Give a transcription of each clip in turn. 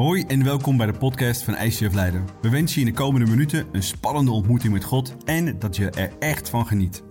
Hoi en welkom bij de podcast van ICF Leiden. We wensen je in de komende minuten een spannende ontmoeting met God en dat je er echt van geniet.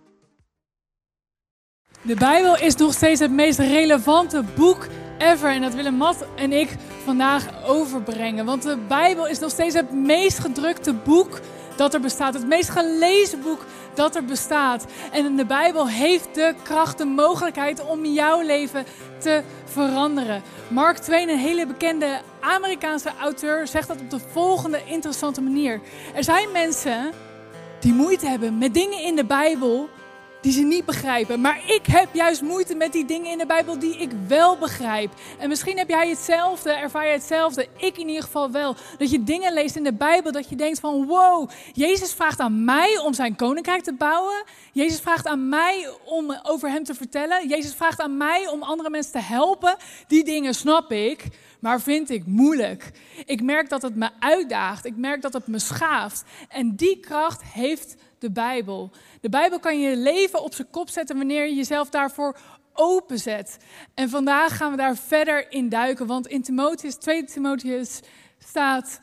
De Bijbel is nog steeds het meest relevante boek ever en dat willen Matt en ik vandaag overbrengen. Want de Bijbel is nog steeds het meest gedrukte boek dat er bestaat. Het meest gelezen boek dat er bestaat. En de Bijbel heeft de kracht, de mogelijkheid om jouw leven te veranderen. Mark Twain, een hele bekende Amerikaanse auteur, zegt dat op de volgende interessante manier. Er zijn mensen die moeite hebben met dingen in de Bijbel die ze niet begrijpen. Maar ik heb juist moeite met die dingen in de Bijbel die ik wel begrijp. En misschien heb jij hetzelfde, ervaar je hetzelfde. Ik in ieder geval wel. Dat je dingen leest in de Bijbel dat je denkt van wow, Jezus vraagt aan mij om zijn koninkrijk te bouwen. Jezus vraagt aan mij om over hem te vertellen. Jezus vraagt aan mij om andere mensen te helpen. Die dingen snap ik, maar vind ik moeilijk. Ik merk dat het me uitdaagt. Ik merk dat het me schaaft. En die kracht heeft de Bijbel. De Bijbel kan je leven op zijn kop zetten wanneer je jezelf daarvoor openzet. En vandaag gaan we daar verder in duiken. Want in 2 Timotheus staat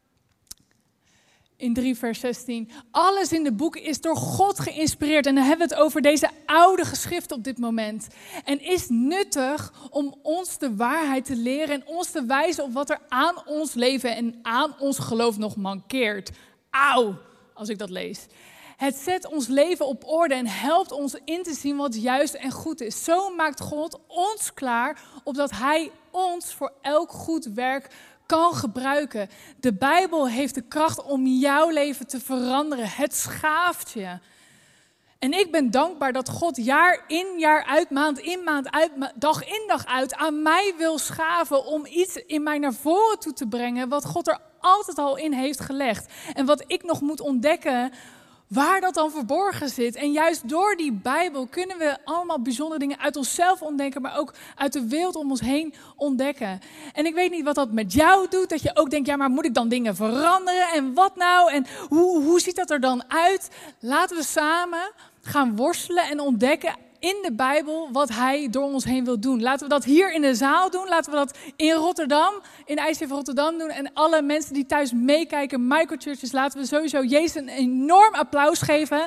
in 3 vers 16. Alles in de boeken is door God geïnspireerd. En dan hebben we het over deze oude geschriften op dit moment. En is nuttig om ons de waarheid te leren en ons te wijzen op wat er aan ons leven en aan ons geloof nog mankeert. Auw, als ik dat lees. Het zet ons leven op orde en helpt ons in te zien wat juist en goed is. Zo maakt God ons klaar opdat Hij ons voor elk goed werk kan gebruiken. De Bijbel heeft de kracht om jouw leven te veranderen. Het schaaft je. En ik ben dankbaar dat God jaar in jaar uit, maand in maand uit, dag in dag uit aan mij wil schaven om iets in mij naar voren toe te brengen wat God er altijd al in heeft gelegd. En wat ik nog moet ontdekken, waar dat dan verborgen zit. En juist door die Bijbel kunnen we allemaal bijzondere dingen uit onszelf ontdekken, maar ook uit de wereld om ons heen ontdekken. En ik weet niet wat dat met jou doet, dat je ook denkt, ja, maar moet ik dan dingen veranderen? En wat nou? En hoe ziet dat er dan uit? Laten we samen gaan worstelen en ontdekken in de Bijbel wat Hij door ons heen wil doen. Laten we dat hier in de zaal doen. Laten we dat in Rotterdam, in ICF Rotterdam doen. En alle mensen die thuis meekijken, microchurches, laten we sowieso Jezus een enorm applaus geven.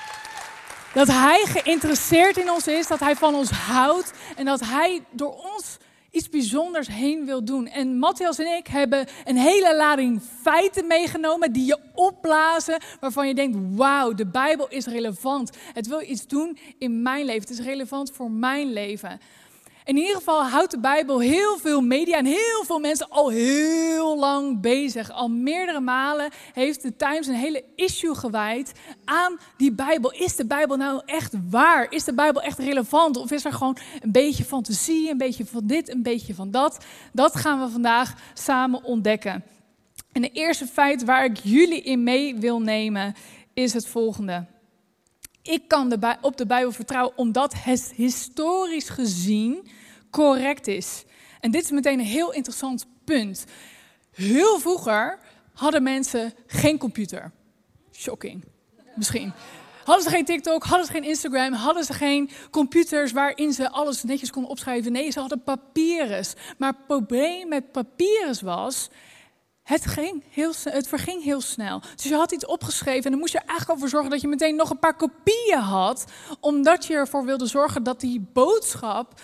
Dat Hij geïnteresseerd in ons is, dat Hij van ons houdt en dat Hij door ons iets bijzonders heen wil doen. En Matthias en ik hebben een hele lading feiten meegenomen die je opblazen, waarvan je denkt, wauw, de Bijbel is relevant. Het wil iets doen in mijn leven. Het is relevant voor mijn leven. In ieder geval houdt de Bijbel heel veel media en heel veel mensen al heel lang bezig. Al meerdere malen heeft de Times een hele issue gewijd aan die Bijbel. Is de Bijbel nou echt waar? Is de Bijbel echt relevant? Of is er gewoon een beetje fantasie, een beetje van dit, een beetje van dat? Dat gaan we vandaag samen ontdekken. En de eerste feit waar ik jullie in mee wil nemen is het volgende. Ik kan op de Bijbel vertrouwen omdat het historisch gezien correct is. En dit is meteen een heel interessant punt. Heel vroeger hadden mensen geen computer. Shocking, misschien. Hadden ze geen TikTok, hadden ze geen Instagram, hadden ze geen computers waarin ze alles netjes konden opschrijven. Nee, ze hadden papyrus. Maar het probleem met papyrus was, het verging heel snel. Dus je had iets opgeschreven en dan moest je eigenlijk al voor zorgen dat je meteen nog een paar kopieën had. Omdat je ervoor wilde zorgen dat die boodschap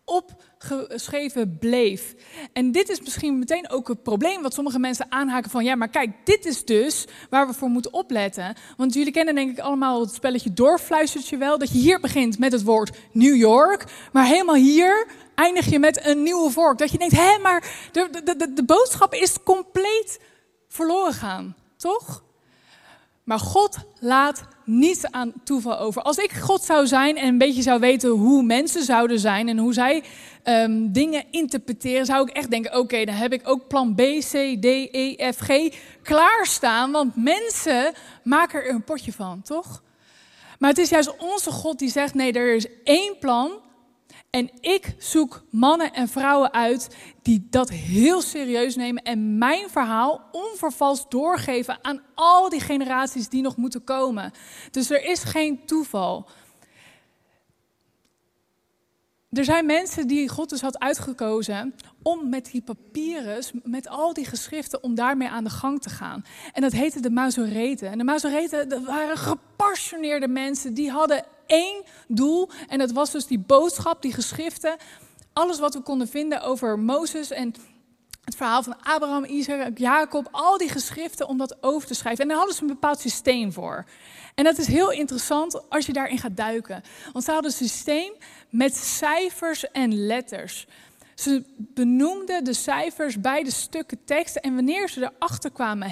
opgeschreven bleef. En dit is misschien meteen ook het probleem wat sommige mensen aanhaken van, ja, maar kijk, dit is dus waar we voor moeten opletten. Want jullie kennen denk ik allemaal het spelletje Doorfluistertje wel, dat je hier begint met het woord New York, maar helemaal hier eindig je met een nieuwe vork. Dat je denkt, hé, maar de boodschap is compleet verloren gaan, toch? Maar God laat niets aan toeval over. Als ik God zou zijn en een beetje zou weten hoe mensen zouden zijn en hoe zij dingen interpreteren, zou ik echt denken, oké, dan heb ik ook plan B, C, D, E, F, G klaarstaan. Want mensen maken er een potje van, toch? Maar het is juist onze God die zegt, nee, er is één plan. En ik zoek mannen en vrouwen uit die dat heel serieus nemen en mijn verhaal onvervalst doorgeven aan al die generaties die nog moeten komen. Dus er is geen toeval. Er zijn mensen die God dus had uitgekozen om met die papyrus, met al die geschriften, om daarmee aan de gang te gaan. En dat heette de Masoreten. En de Masoreten, dat waren gepassioneerde mensen, die hadden één doel. En dat was dus die boodschap, die geschriften, alles wat we konden vinden over Mozes en het verhaal van Abraham, Isaac, Jacob, al die geschriften om dat over te schrijven. En daar hadden ze een bepaald systeem voor. En dat is heel interessant als je daarin gaat duiken. Want ze hadden een systeem met cijfers en letters. Ze benoemden de cijfers bij de stukken tekst. En wanneer ze erachter kwamen,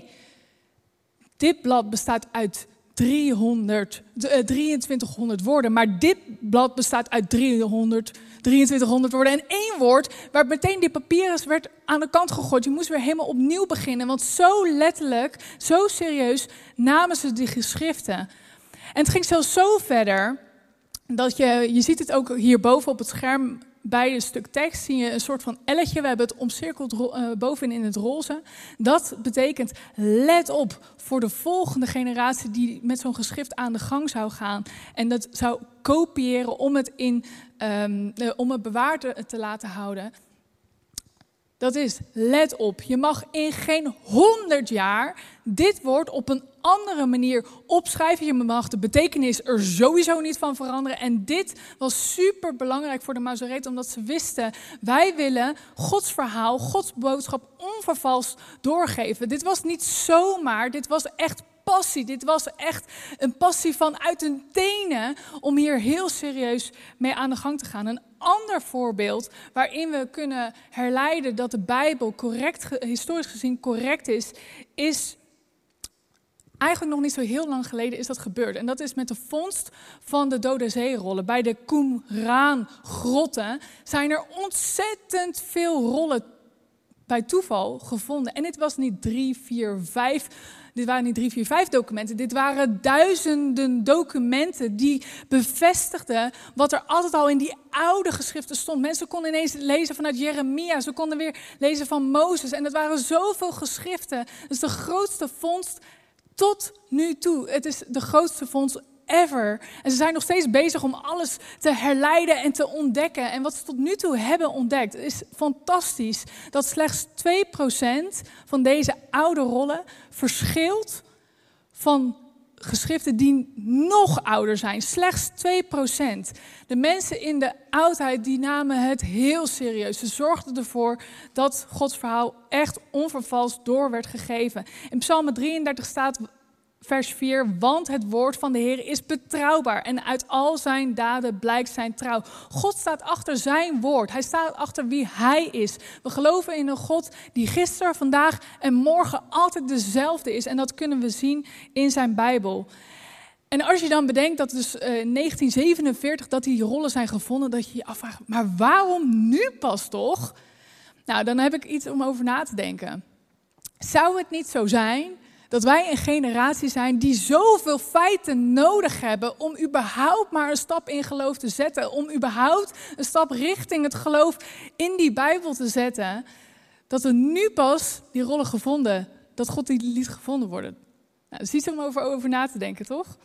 dit blad bestaat uit 2300 woorden, maar dit blad bestaat uit 2300 woorden en één woord, waar meteen die papyrus werd aan de kant gegooid. Je moest weer helemaal opnieuw beginnen, want zo letterlijk, zo serieus namen ze die geschriften. En het ging zelfs zo verder, dat je ziet het ook hierboven op het scherm, bij een stuk tekst zie je een soort van elletje. We hebben het omcirkeld bovenin in het roze. Dat betekent, let op voor de volgende generatie die met zo'n geschrift aan de gang zou gaan. En dat zou kopiëren om het bewaard te laten houden. Dat is, let op, je mag in geen 100 jaar dit woord op een andere manier opschrijven. Je mag de betekenis er sowieso niet van veranderen. En dit was super belangrijk voor de Masoreten, omdat ze wisten, wij willen Gods verhaal, Gods boodschap onvervalst doorgeven. Dit was niet zomaar, dit was echt passie. Dit was echt een passie vanuit hun tenen om hier heel serieus mee aan de gang te gaan. Een ander voorbeeld waarin we kunnen herleiden dat de Bijbel historisch gezien correct is eigenlijk nog niet zo heel lang geleden is dat gebeurd. En dat is met de vondst van de Dode Zeerollen. Bij de Qumran-grotten zijn er ontzettend veel rollen bij toeval gevonden. En dit was niet 3, 4, 5... Dit waren niet 3, 4, 5 documenten. Dit waren duizenden documenten die bevestigden wat er altijd al in die oude geschriften stond. Mensen konden ineens lezen vanuit Jeremia. Ze konden weer lezen van Mozes. En het waren zoveel geschriften. Het is de grootste vondst tot nu toe. Het is de grootste vondst ever. En ze zijn nog steeds bezig om alles te herleiden en te ontdekken. En wat ze tot nu toe hebben ontdekt, is fantastisch. Dat slechts 2% van deze oude rollen verschilt van geschriften die nog ouder zijn. Slechts 2%. De mensen in de oudheid die namen het heel serieus. Ze zorgden ervoor dat Gods verhaal echt onvervalst door werd gegeven. In Psalm 33 staat vers 4, want het woord van de Heer is betrouwbaar en uit al zijn daden blijkt zijn trouw. God staat achter zijn woord. Hij staat achter wie hij is. We geloven in een God die gisteren, vandaag en morgen altijd dezelfde is. En dat kunnen we zien in zijn Bijbel. En als je dan bedenkt dat dus 1947 dat die rollen zijn gevonden, dat je je afvraagt, maar waarom nu pas toch? Nou, dan heb ik iets om over na te denken. Zou het niet zo zijn dat wij een generatie zijn die zoveel feiten nodig hebben om überhaupt maar een stap in geloof te zetten, om überhaupt een stap richting het geloof in die Bijbel te zetten, dat we nu pas die rollen gevonden, dat God die liet gevonden worden. Nou, dat is iets om over na te denken, toch?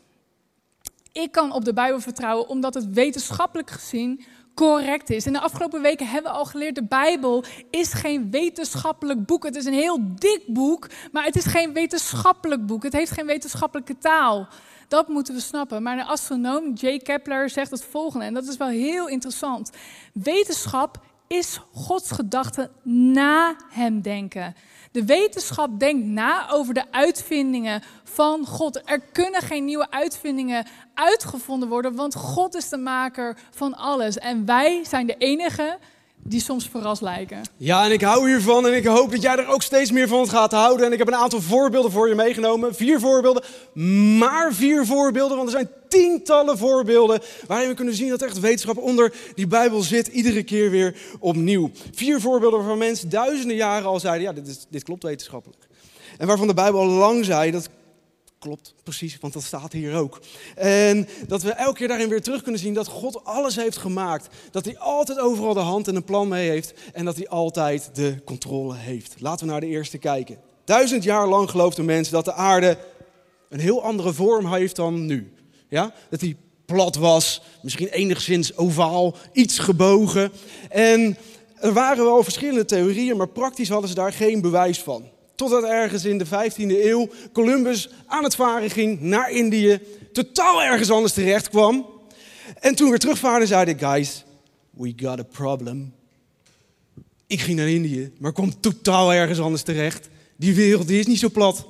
Ik kan op de Bijbel vertrouwen omdat het wetenschappelijk gezien correct is. In de afgelopen weken hebben we al geleerd, de Bijbel is geen wetenschappelijk boek. Het is een heel dik boek, maar het is geen wetenschappelijk boek. Het heeft geen wetenschappelijke taal. Dat moeten we snappen. Maar een astronoom, J. Kepler, zegt het volgende, en dat is wel heel interessant. Wetenschap is Gods gedachte na hem denken. De wetenschap denkt na over de uitvindingen van God. Er kunnen geen nieuwe uitvindingen uitgevonden worden, want God is de maker van alles. En wij zijn de enigen die soms verrast lijken. Ja, en ik hou hiervan en ik hoop dat jij er ook steeds meer van gaat houden. En ik heb een aantal voorbeelden voor je meegenomen. 4 voorbeelden, maar 4 voorbeelden, want er zijn tientallen voorbeelden waarin we kunnen zien dat echt wetenschap onder die Bijbel zit, iedere keer weer opnieuw. 4 voorbeelden waarvan mensen duizenden jaren al zeiden, ja, dit klopt wetenschappelijk. En waarvan de Bijbel al lang zei, dat klopt, precies, want dat staat hier ook. En dat we elke keer daarin weer terug kunnen zien dat God alles heeft gemaakt. Dat hij altijd overal de hand en een plan mee heeft. En dat hij altijd de controle heeft. Laten we naar de eerste kijken. 1000 jaar lang geloofden mensen dat de aarde een heel andere vorm heeft dan nu. Ja? Dat die plat was, misschien enigszins ovaal, iets gebogen. En er waren wel verschillende theorieën, maar praktisch hadden ze daar geen bewijs van. Totdat ergens in de 15e eeuw Columbus aan het varen ging naar Indië, totaal ergens anders terecht kwam. En toen weer terugvaarde, zeiden guys, we got a problem. Ik ging naar Indië, maar kwam totaal ergens anders terecht. Die wereld die is niet zo plat.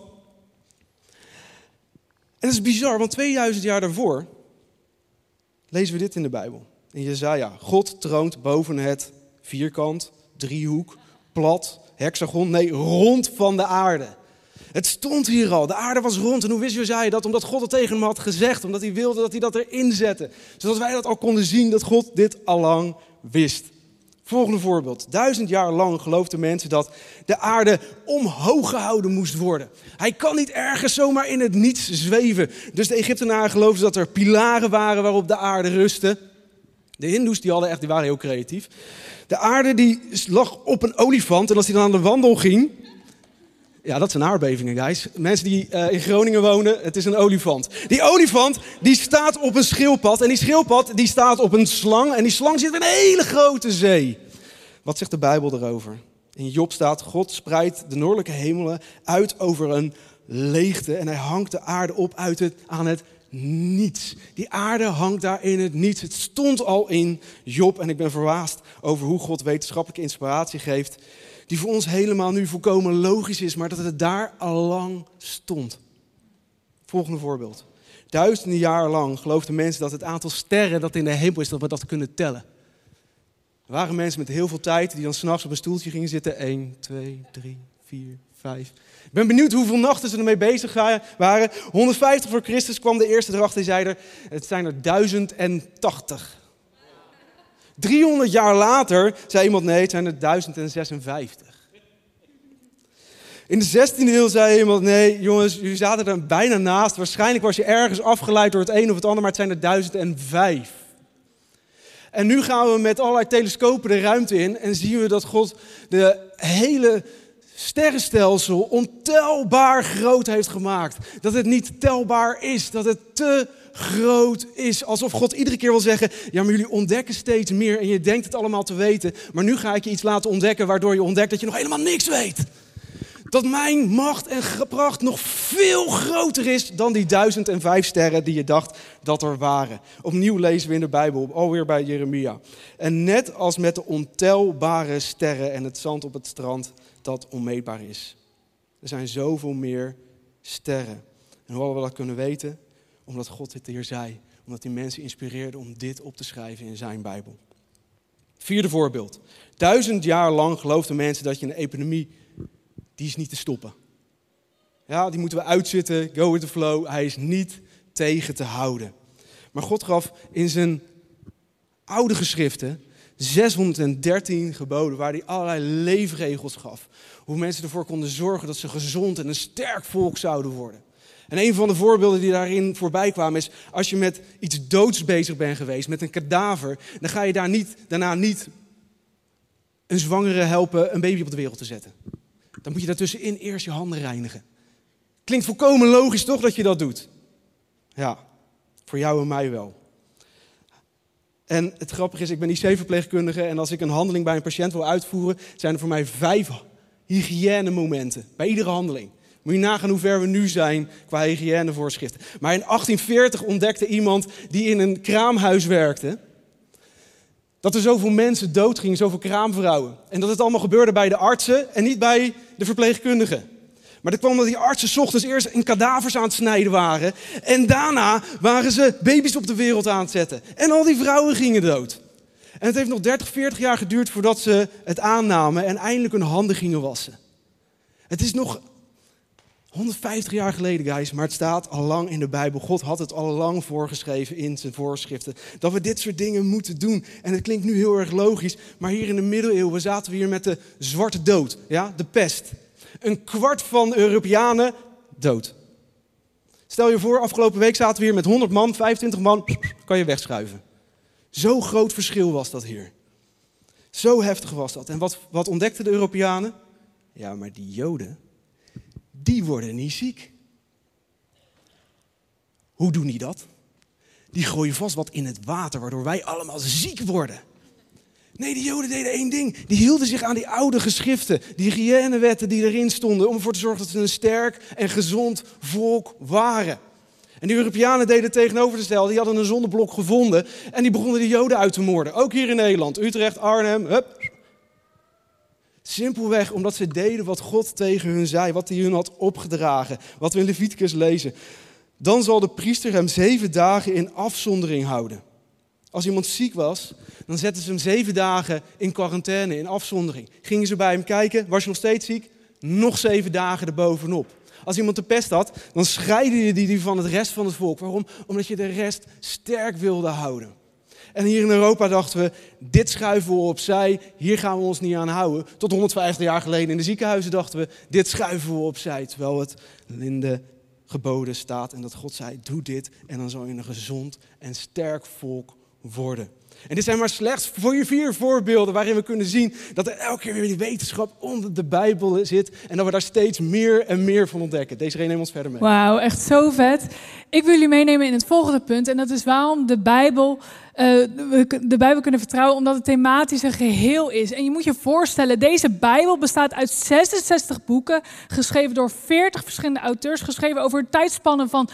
En dat is bizar, want 2000 jaar daarvoor lezen we dit in de Bijbel. In Jesaja, God troont boven het vierkant, driehoek, plat, hexagon, nee, rond van de aarde. Het stond hier al, de aarde was rond. En hoe wist Jesaja dat? Omdat God het tegen hem had gezegd, omdat hij wilde dat hij dat erin zette. Zodat wij dat al konden zien, dat God dit allang wist. Volgende voorbeeld. 1000 jaar lang geloofden mensen dat de aarde omhoog gehouden moest worden. Hij kan niet ergens zomaar in het niets zweven. Dus de Egyptenaren geloofden dat er pilaren waren waarop de aarde rustte. De Hindoes die waren heel creatief. De aarde die lag op een olifant en als hij dan aan de wandel ging... Ja, dat zijn aardbevingen, guys. Mensen die in Groningen wonen, het is een olifant. Die olifant die staat op een schildpad en die schildpad die staat op een slang. En die slang zit in een hele grote zee. Wat zegt de Bijbel erover? In Job staat, God spreidt de noordelijke hemelen uit over een leegte. En hij hangt de aarde op aan het niets. Die aarde hangt daar in het niets. Het stond al in Job en ik ben verbaasd over hoe God wetenschappelijke inspiratie geeft. Die voor ons helemaal nu volkomen logisch is, maar dat het daar al lang stond. Volgende voorbeeld. 1000 jaar lang geloofden mensen dat het aantal sterren dat in de hemel is, dat we dat kunnen tellen. Er waren mensen met heel veel tijd die dan 's nachts op een stoeltje gingen zitten. 1, 2, 3, 4, 5. Ik ben benieuwd hoeveel nachten ze ermee bezig waren. 150 voor Christus kwam de eerste erachter en zei het zijn er 1080. 300 jaar later zei iemand, nee, het zijn er 1056. In de 16e eeuw zei iemand, nee jongens, jullie zaten er bijna naast. Waarschijnlijk was je ergens afgeleid door het een of het ander, maar het zijn er 1005. En nu gaan we met allerlei telescopen de ruimte in en zien we dat God de hele sterrenstelsel ontelbaar groot heeft gemaakt. Dat het niet telbaar is, dat het te groot is. Alsof God iedere keer wil zeggen, ja, maar jullie ontdekken steeds meer en je denkt het allemaal te weten. Maar nu ga ik je iets laten ontdekken waardoor je ontdekt dat je nog helemaal niks weet. Dat mijn macht en pracht nog veel groter is dan die 1005 sterren die je dacht dat er waren. Opnieuw lezen we in de Bijbel, alweer bij Jeremia. En net als met de ontelbare sterren en het zand op het strand dat onmeetbaar is. Er zijn zoveel meer sterren. En hoe hadden we dat kunnen weten? Omdat God dit hier zei. Omdat hij mensen inspireerde om dit op te schrijven in zijn Bijbel. Vierde voorbeeld. 1000 jaar lang geloofden mensen dat je een epidemie, die is niet te stoppen. Ja, die moeten we uitzitten, go with the flow. Hij is niet tegen te houden. Maar God gaf in zijn oude geschriften 613 geboden waar hij allerlei leefregels gaf. Hoe mensen ervoor konden zorgen dat ze gezond en een sterk volk zouden worden. En een van de voorbeelden die daarin voorbij kwamen is, als je met iets doods bezig bent geweest, met een kadaver, dan ga je daarna niet een zwangere helpen een baby op de wereld te zetten. Dan moet je daartussenin eerst je handen reinigen. Klinkt volkomen logisch toch dat je dat doet? Ja, voor jou en mij wel. En het grappige is, ik ben IC-verpleegkundige en als ik een handeling bij een patiënt wil uitvoeren, zijn er voor mij 5 hygiënemomenten bij iedere handeling. Moet je nagaan hoe ver we nu zijn qua hygiënevoorschriften. Maar in 1840 ontdekte iemand die in een kraamhuis werkte, dat er zoveel mensen doodgingen, zoveel kraamvrouwen. En dat het allemaal gebeurde bij de artsen en niet bij de verpleegkundigen. Maar dat kwam omdat die artsen 's ochtends eerst in kadavers aan het snijden waren. En daarna waren ze baby's op de wereld aan het zetten. En al die vrouwen gingen dood. En het heeft nog 30, 40 jaar geduurd voordat ze het aannamen en eindelijk hun handen gingen wassen. Het is nog 150 jaar geleden, guys, maar het staat al lang in de Bijbel. God had het al lang voorgeschreven in zijn voorschriften. Dat we dit soort dingen moeten doen. En het klinkt nu heel erg logisch, maar hier in de middeleeuwen zaten we hier met de zwarte dood. Ja, de pest. 1/4 van de Europeanen dood. Stel je voor, afgelopen week zaten we hier met 100 man, 25 man, kan je wegschuiven. Zo groot verschil was dat hier. Zo heftig was dat. En wat ontdekten de Europeanen? Ja, maar die Joden, die worden niet ziek. Hoe doen die dat? die gooien vast wat in het water, waardoor wij allemaal ziek worden. Nee, de Joden deden één ding. Die hielden zich aan die oude geschriften, die hygiënewetten die erin stonden, om ervoor te zorgen dat ze een sterk en gezond volk waren. En de Europeanen deden het tegenovergestelde. Die hadden een zonneblok gevonden en die begonnen de Joden uit te moorden. Ook hier in Nederland, Utrecht, Arnhem, hup. Simpelweg omdat ze deden wat God tegen hun zei, wat hij hun had opgedragen, wat we in Leviticus lezen. Dan zal de priester hem 7 dagen in afzondering houden. Als iemand ziek was, dan zetten ze hem 7 dagen in quarantaine, in afzondering. Gingen ze bij hem kijken, was je nog steeds ziek? Nog 7 dagen erbovenop. Als iemand de pest had, dan scheidde je die van het rest van het volk. Waarom? Omdat je de rest sterk wilde houden. En hier in Europa dachten we, dit schuiven we opzij, hier gaan we ons niet aan houden. Tot 150 jaar geleden in de ziekenhuizen dachten we, dit schuiven we opzij. Terwijl het in de geboden staat en dat God zei, doe dit en dan zal je een gezond en sterk volk worden. En dit zijn maar slechts 4 voorbeelden waarin we kunnen zien dat er elke keer weer die wetenschap onder de Bijbel zit. En dat we daar steeds meer en meer van ontdekken. Deze neemt ons verder mee. Wauw, echt zo vet. Ik wil jullie meenemen in het volgende punt. En dat is waarom de Bijbel kunnen vertrouwen, omdat het thematisch een geheel is. En je moet je voorstellen, deze Bijbel bestaat uit 66 boeken, geschreven door 40 verschillende auteurs, geschreven over tijdspannen van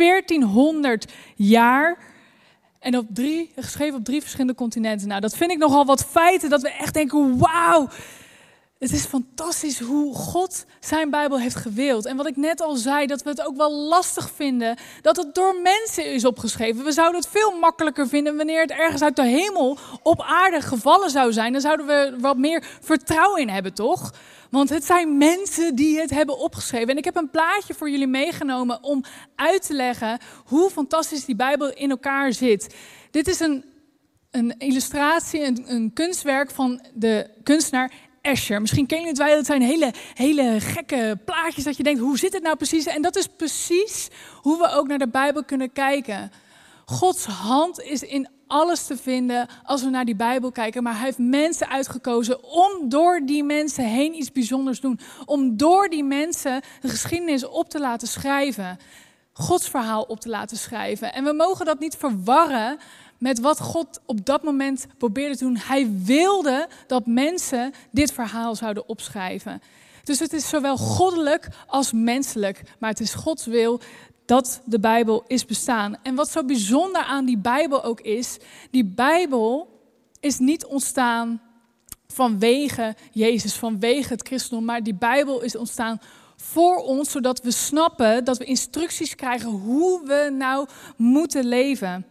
1400 jaar. En geschreven op 3 verschillende continenten. Nou, dat vind ik nogal wat feiten, dat we echt denken, wauw. Het is fantastisch hoe God zijn Bijbel heeft gewild. En wat ik net al zei, dat we het ook wel lastig vinden dat het door mensen is opgeschreven. We zouden het veel makkelijker vinden wanneer het ergens uit de hemel op aarde gevallen zou zijn. Dan zouden we er wat meer vertrouwen in hebben, toch? Want het zijn mensen die het hebben opgeschreven. En ik heb een plaatje voor jullie meegenomen om uit te leggen hoe fantastisch die Bijbel in elkaar zit. Dit is een illustratie, een kunstwerk van de kunstenaar Escher. Misschien kennen jullie het wel, dat zijn hele gekke plaatjes dat je denkt, hoe zit het nou precies? En dat is precies hoe we ook naar de Bijbel kunnen kijken. Gods hand is in alles te vinden als we naar die Bijbel kijken. Maar hij heeft mensen uitgekozen om door die mensen heen iets bijzonders te doen. Om door die mensen de geschiedenis op te laten schrijven. Gods verhaal op te laten schrijven. En we mogen dat niet verwarren met wat God op dat moment probeerde te doen. Hij wilde dat mensen dit verhaal zouden opschrijven. Dus het is zowel goddelijk als menselijk. Maar het is Gods wil dat de Bijbel is bestaan. En wat zo bijzonder aan die Bijbel ook is, die Bijbel is niet ontstaan vanwege Jezus, vanwege het christendom, maar die Bijbel is ontstaan voor ons, zodat we snappen, dat we instructies krijgen hoe we nou moeten leven.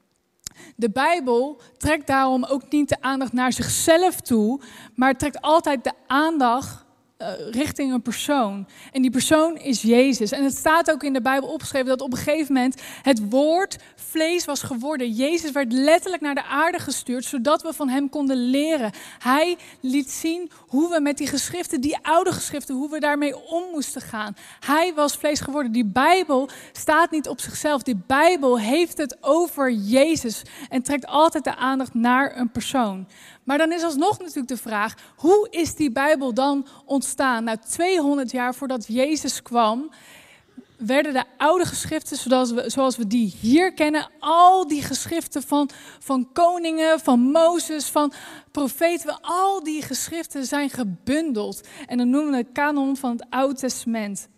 De Bijbel trekt daarom ook niet de aandacht naar zichzelf toe, maar trekt altijd de aandacht richting een persoon. En die persoon is Jezus. En het staat ook in de Bijbel opgeschreven dat op een gegeven moment het woord vlees was geworden. Jezus werd letterlijk naar de aarde gestuurd, zodat we van hem konden leren. Hij liet zien hoe we met die geschriften, die oude geschriften, hoe we daarmee om moesten gaan. Hij was vlees geworden. Die Bijbel staat niet op zichzelf. Die Bijbel heeft het over Jezus en trekt altijd de aandacht naar een persoon. Maar dan is alsnog natuurlijk de vraag, hoe is die Bijbel dan ontstaan? Nou, 200 jaar voordat Jezus kwam, werden de oude geschriften, zoals we die hier kennen, al die geschriften van koningen, van Mozes, van profeten, al die geschriften zijn gebundeld. En dan noemen we het kanon van het Oude Testament.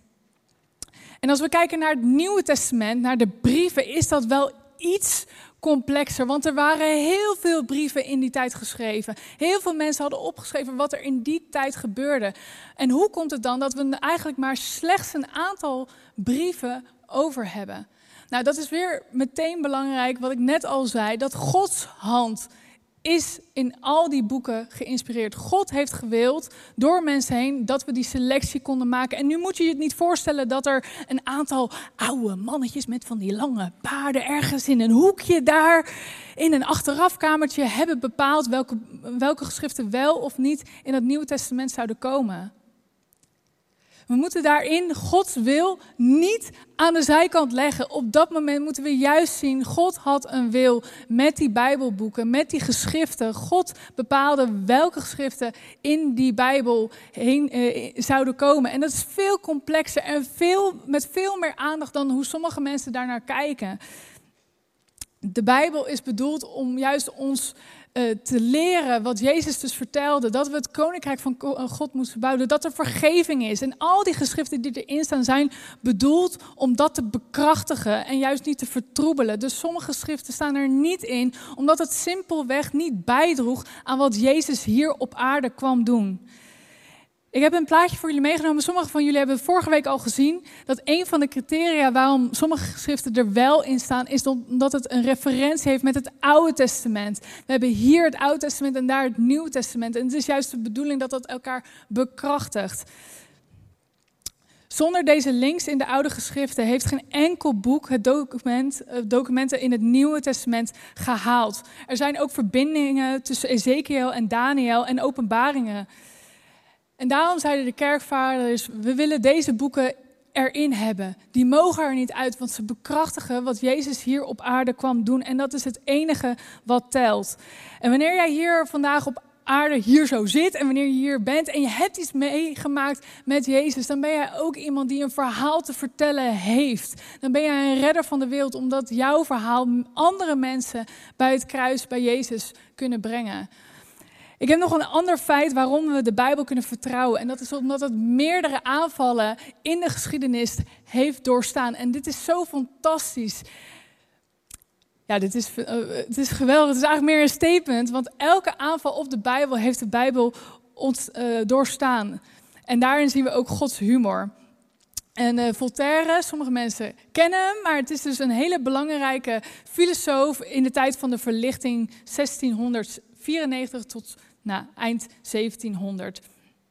En als we kijken naar het Nieuwe Testament, naar de brieven, is dat wel iets complexer, want er waren heel veel brieven in die tijd geschreven. Heel veel mensen hadden opgeschreven wat er in die tijd gebeurde. En hoe komt het dan dat we eigenlijk maar slechts een aantal brieven over hebben? Nou, dat is weer meteen belangrijk, wat ik net al zei, dat Gods hand is in al die boeken geïnspireerd. God heeft gewild door mensen heen dat we die selectie konden maken. En nu moet je je het niet voorstellen dat er een aantal oude mannetjes met van die lange baarden ergens in een hoekje daar in een achterafkamertje hebben bepaald welke geschriften wel of niet in het Nieuwe Testament zouden komen. We moeten daarin Gods wil niet aan de zijkant leggen. Op dat moment moeten we juist zien, God had een wil met die Bijbelboeken, met die geschriften. God bepaalde welke geschriften in die Bijbel heen zouden komen. En dat is veel complexer en met veel meer aandacht dan hoe sommige mensen daarnaar kijken. De Bijbel is bedoeld om juist ons te leren wat Jezus dus vertelde. Dat we het koninkrijk van God moeten bouwen. Dat er vergeving is. En al die geschriften die erin staan zijn bedoeld om dat te bekrachtigen. En juist niet te vertroebelen. Dus sommige schriften staan er niet in. Omdat het simpelweg niet bijdroeg aan wat Jezus hier op aarde kwam doen. Ik heb een plaatje voor jullie meegenomen. Sommigen van jullie hebben vorige week al gezien dat een van de criteria waarom sommige geschriften er wel in staan, is omdat het een referentie heeft met het Oude Testament. We hebben hier het Oude Testament en daar het Nieuwe Testament. En het is juist de bedoeling dat dat elkaar bekrachtigt. Zonder deze links in de oude geschriften heeft geen enkel boek documenten in het Nieuwe Testament gehaald. Er zijn ook verbindingen tussen Ezekiel en Daniel en Openbaringen. En daarom zeiden de kerkvaders, we willen deze boeken erin hebben. Die mogen er niet uit, want ze bekrachtigen wat Jezus hier op aarde kwam doen. En dat is het enige wat telt. En wanneer jij hier vandaag op aarde hier zo zit en wanneer je hier bent en je hebt iets meegemaakt met Jezus, dan ben jij ook iemand die een verhaal te vertellen heeft. Dan ben jij een redder van de wereld, omdat jouw verhaal andere mensen bij het kruis, bij Jezus kunnen brengen. Ik heb nog een ander feit waarom we de Bijbel kunnen vertrouwen. En dat is omdat het meerdere aanvallen in de geschiedenis heeft doorstaan. En dit is zo fantastisch. Ja, het is geweldig. Het is eigenlijk meer een statement. Want elke aanval op de Bijbel heeft de Bijbel ons doorstaan. En daarin zien we ook Gods humor. En Voltaire, sommige mensen kennen hem, maar het is dus een hele belangrijke filosoof in de tijd van de verlichting 1694 tot eind 1700.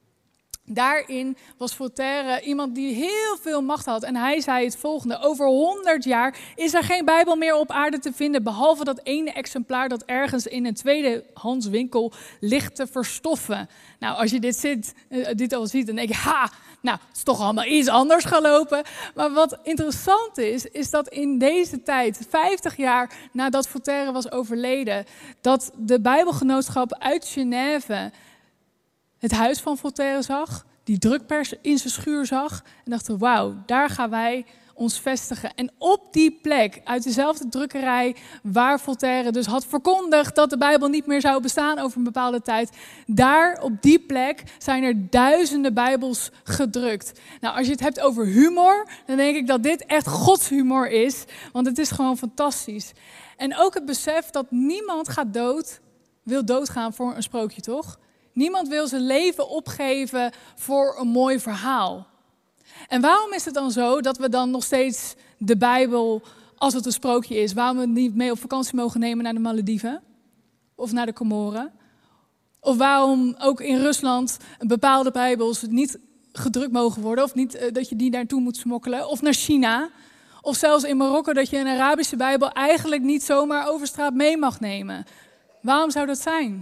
Daarin was Voltaire iemand die heel veel macht had. En hij zei het volgende: over 100 jaar is er geen Bijbel meer op aarde te vinden, behalve dat ene exemplaar dat ergens in een tweedehandswinkel ligt te verstoffen. Nou, als je dit al ziet, dan denk je, het is toch allemaal iets anders gelopen. Maar wat interessant is dat in deze tijd, 50 jaar nadat Voltaire was overleden, dat de Bijbelgenootschap uit Genève het huis van Voltaire zag, die drukpers in zijn schuur zag en dachten, wauw, daar gaan wij ons vestigen. En op die plek, uit dezelfde drukkerij waar Voltaire dus had verkondigd dat de Bijbel niet meer zou bestaan over een bepaalde tijd, daar op die plek zijn er duizenden Bijbels gedrukt. Nou, als je het hebt over humor, dan denk ik dat dit echt Gods humor is, want het is gewoon fantastisch. En ook het besef dat niemand wil doodgaan voor een sprookje, toch? Niemand wil zijn leven opgeven voor een mooi verhaal. En waarom is het dan zo dat we dan nog steeds de Bijbel, als het een sprookje is, waarom we het niet mee op vakantie mogen nemen naar de Malediven? Of naar de Comoren? Of waarom ook in Rusland bepaalde Bijbels niet gedrukt mogen worden, of niet dat je die naartoe moet smokkelen? Of naar China? Of zelfs in Marokko dat je een Arabische Bijbel eigenlijk niet zomaar over straat mee mag nemen? Waarom zou dat zijn?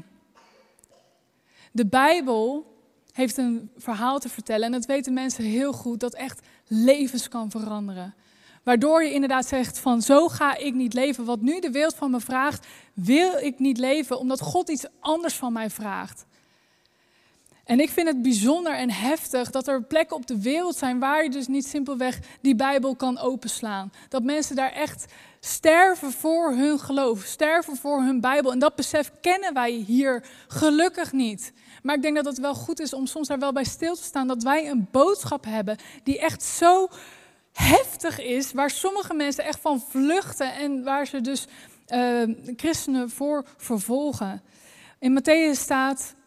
De Bijbel heeft een verhaal te vertellen en dat weten mensen heel goed, dat echt levens kan veranderen. Waardoor je inderdaad zegt van, zo ga ik niet leven. Wat nu de wereld van me vraagt, wil ik niet leven, omdat God iets anders van mij vraagt. En ik vind het bijzonder en heftig dat er plekken op de wereld zijn waar je dus niet simpelweg die Bijbel kan openslaan. Dat mensen daar echt sterven voor hun geloof, sterven voor hun Bijbel. En dat besef kennen wij hier gelukkig niet. Maar ik denk dat het wel goed is om soms daar wel bij stil te staan, dat wij een boodschap hebben die echt zo heftig is, waar sommige mensen echt van vluchten en waar ze dus christenen voor vervolgen. In Mattheüs staat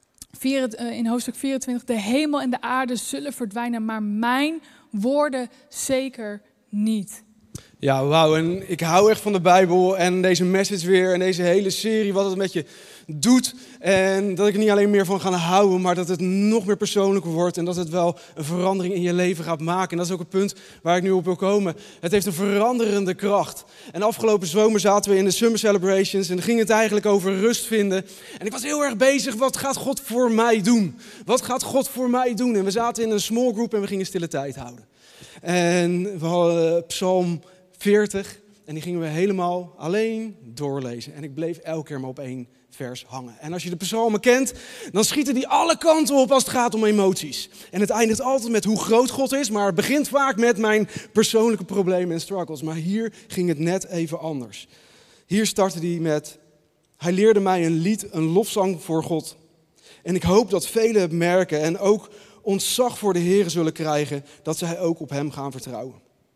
in hoofdstuk 24, de hemel en de aarde zullen verdwijnen, maar mijn woorden zeker niet. Ja, wauw. En ik hou echt van de Bijbel en deze message weer en deze hele serie, wat het met je doet. En dat ik er niet alleen meer van ga houden, maar dat het nog meer persoonlijk wordt en dat het wel een verandering in je leven gaat maken. En dat is ook het punt waar ik nu op wil komen. Het heeft een veranderende kracht. En afgelopen zomer zaten we in de Summer Celebrations en dan ging het eigenlijk over rust vinden. En ik was heel erg bezig, wat gaat God voor mij doen? Wat gaat God voor mij doen? En we zaten in een small group en we gingen stille tijd houden. En we hadden Psalm 40 en die gingen we helemaal alleen doorlezen. En ik bleef elke keer maar op één vers hangen. En als je de psalmen kent, dan schieten die alle kanten op als het gaat om emoties. En het eindigt altijd met hoe groot God is, maar het begint vaak met mijn persoonlijke problemen en struggles. Maar hier ging het net even anders. Hier startte hij met: hij leerde mij een lied, een lofzang voor God. En ik hoop dat velen het merken en ook ontzag voor de Heer zullen krijgen, dat zij ook op hem gaan vertrouwen.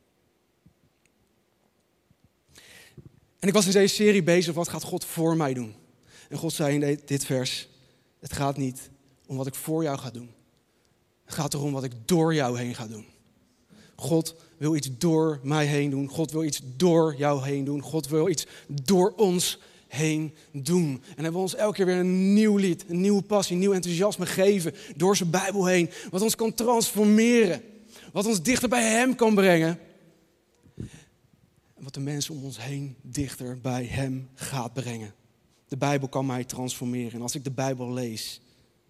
En ik was in deze serie bezig, wat gaat God voor mij doen? En God zei in dit vers: het gaat niet om wat ik voor jou ga doen. Het gaat erom wat ik door jou heen ga doen. God wil iets door mij heen doen. God wil iets door jou heen doen. God wil iets door ons heen doen. En hij wil ons elke keer weer een nieuw lied, een nieuwe passie, een nieuw enthousiasme geven door zijn Bijbel heen. Wat ons kan transformeren. Wat ons dichter bij hem kan brengen. En wat de mensen om ons heen dichter bij hem gaat brengen. De Bijbel kan mij transformeren. En als ik de Bijbel lees,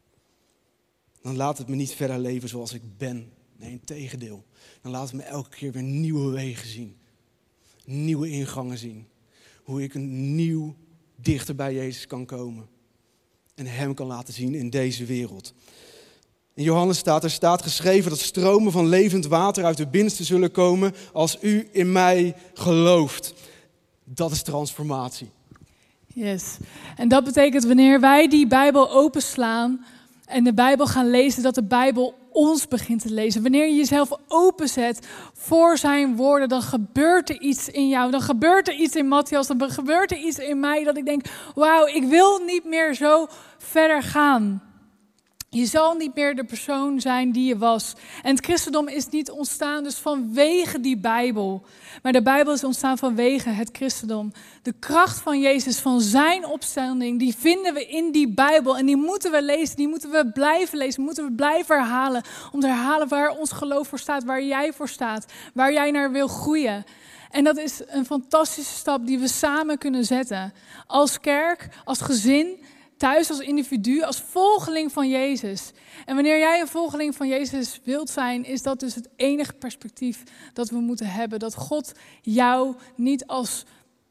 dan laat het me niet verder leven zoals ik ben. Nee, integendeel. Dan laat het me elke keer weer nieuwe wegen zien. Nieuwe ingangen zien. Hoe ik een nieuw dichter bij Jezus kan komen. En hem kan laten zien in deze wereld. In Johannes staat geschreven dat stromen van levend water uit de binnenste zullen komen als u in mij gelooft. Dat is transformatie. Yes. En dat betekent wanneer wij die Bijbel openslaan en de Bijbel gaan lezen, dat de Bijbel ons begint te lezen. Wanneer je jezelf openzet voor zijn woorden, dan gebeurt er iets in jou. Dan gebeurt er iets in Matthias, dan gebeurt er iets in mij dat ik denk, wauw, ik wil niet meer zo verder gaan. Je zal niet meer de persoon zijn die je was. En het christendom is niet ontstaan dus vanwege die Bijbel. Maar de Bijbel is ontstaan vanwege het christendom. De kracht van Jezus, van zijn opstanding, die vinden we in die Bijbel. En die moeten we lezen, die moeten we blijven lezen, moeten we blijven herhalen. Om te herhalen waar ons geloof voor staat, waar jij voor staat, waar jij naar wil groeien. En dat is een fantastische stap die we samen kunnen zetten. Als kerk, als gezin, thuis als individu, als volgeling van Jezus. En wanneer jij een volgeling van Jezus wilt zijn, is dat dus het enige perspectief dat we moeten hebben. Dat God jou niet als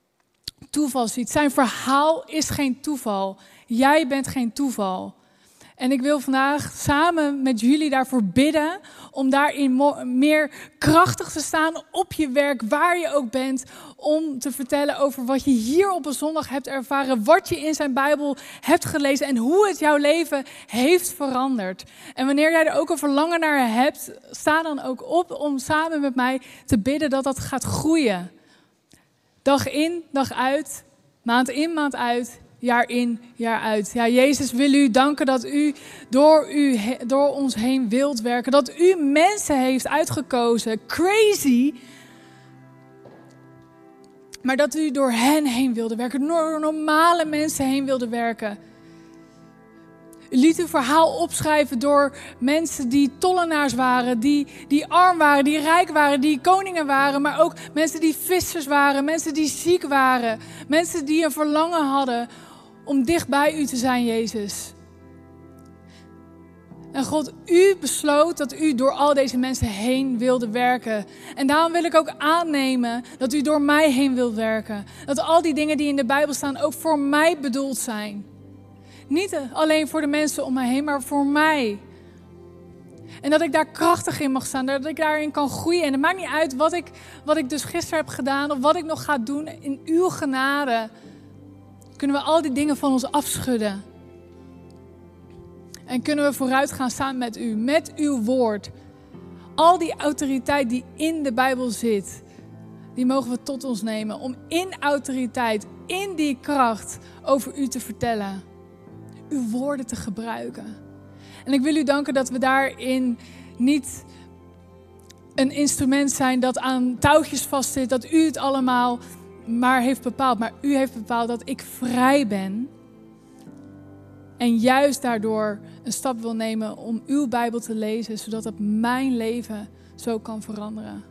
toeval ziet. Zijn verhaal is geen toeval. Jij bent geen toeval. En ik wil vandaag samen met jullie daarvoor bidden om daarin meer krachtig te staan op je werk, waar je ook bent, om te vertellen over wat je hier op een zondag hebt ervaren, wat je in zijn Bijbel hebt gelezen en hoe het jouw leven heeft veranderd. En wanneer jij er ook een verlangen naar hebt, sta dan ook op om samen met mij te bidden dat dat gaat groeien. Dag in, dag uit, maand in, maand uit. Jaar in, jaar uit. Ja, Jezus wil u danken dat u door ons heen wilt werken. Dat u mensen heeft uitgekozen. Crazy. Maar dat u door hen heen wilde werken. Door normale mensen heen wilde werken. U liet uw verhaal opschrijven door mensen die tollenaars waren, die arm waren, die rijk waren, die koningen waren. Maar ook mensen die vissers waren, mensen die ziek waren. Mensen die een verlangen hadden om dicht bij u te zijn, Jezus. En God, u besloot dat u door al deze mensen heen wilde werken. En daarom wil ik ook aannemen dat u door mij heen wilt werken. Dat al die dingen die in de Bijbel staan ook voor mij bedoeld zijn. Niet alleen voor de mensen om mij heen, maar voor mij. En dat ik daar krachtig in mag staan, dat ik daarin kan groeien. En het maakt niet uit wat ik dus gisteren heb gedaan of wat ik nog ga doen. In uw genade kunnen we al die dingen van ons afschudden. En kunnen we vooruit gaan samen met u, met uw woord. Al die autoriteit die in de Bijbel zit, die mogen we tot ons nemen. Om in autoriteit, in die kracht over u te vertellen. Uw woorden te gebruiken. En ik wil u danken dat we daarin niet een instrument zijn dat aan touwtjes vastzit. Dat u het allemaal maar heeft bepaald. Maar u heeft bepaald dat ik vrij ben. En juist daardoor een stap wil nemen om uw Bijbel te lezen. Zodat het mijn leven zo kan veranderen.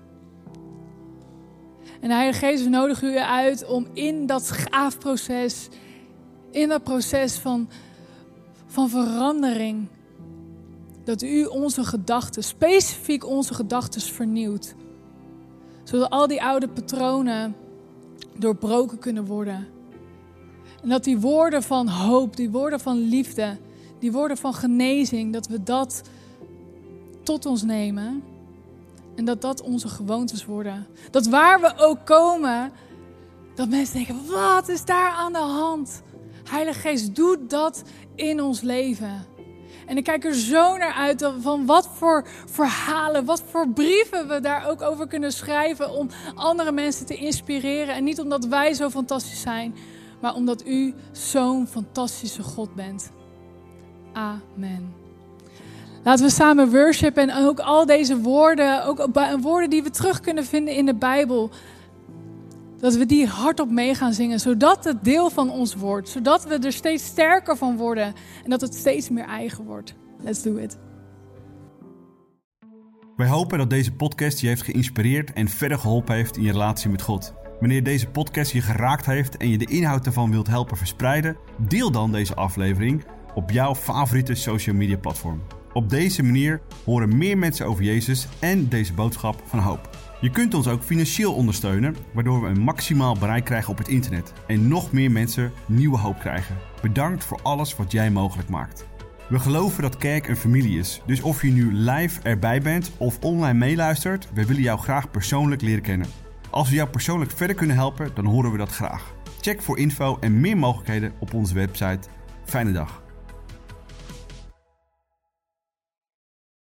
En Heilige Geest, we nodigen u uit om in dat schaafproces, in dat proces van verandering, dat u onze gedachten, specifiek onze gedachten vernieuwt. Zodat al die oude patronen doorbroken kunnen worden. En dat die woorden van hoop, die woorden van liefde, die woorden van genezing, dat we dat tot ons nemen. En dat dat onze gewoontes worden. Dat waar we ook komen, Dat mensen denken, wat is daar aan de hand? Heilige Geest, doe dat in ons leven. En ik kijk er zo naar uit van wat voor verhalen, wat voor brieven we daar ook over kunnen schrijven om andere mensen te inspireren. En niet omdat wij zo fantastisch zijn, maar omdat u zo'n fantastische God bent. Amen. Laten we samen worshipen en ook al deze woorden, ook woorden die we terug kunnen vinden in de Bijbel, dat we die hardop mee gaan zingen, zodat het deel van ons wordt. Zodat we er steeds sterker van worden en dat het steeds meer eigen wordt. Let's do it. Wij hopen dat deze podcast je heeft geïnspireerd en verder geholpen heeft in je relatie met God. Wanneer deze podcast je geraakt heeft en je de inhoud ervan wilt helpen verspreiden, deel dan deze aflevering op jouw favoriete social media platform. Op deze manier horen meer mensen over Jezus en deze boodschap van hoop. Je kunt ons ook financieel ondersteunen, waardoor we een maximaal bereik krijgen op het internet en nog meer mensen nieuwe hoop krijgen. Bedankt voor alles wat jij mogelijk maakt. We geloven dat kerk een familie is, dus of je nu live erbij bent of online meeluistert, we willen jou graag persoonlijk leren kennen. Als we jou persoonlijk verder kunnen helpen, dan horen we dat graag. Check voor info en meer mogelijkheden op onze website. Fijne dag.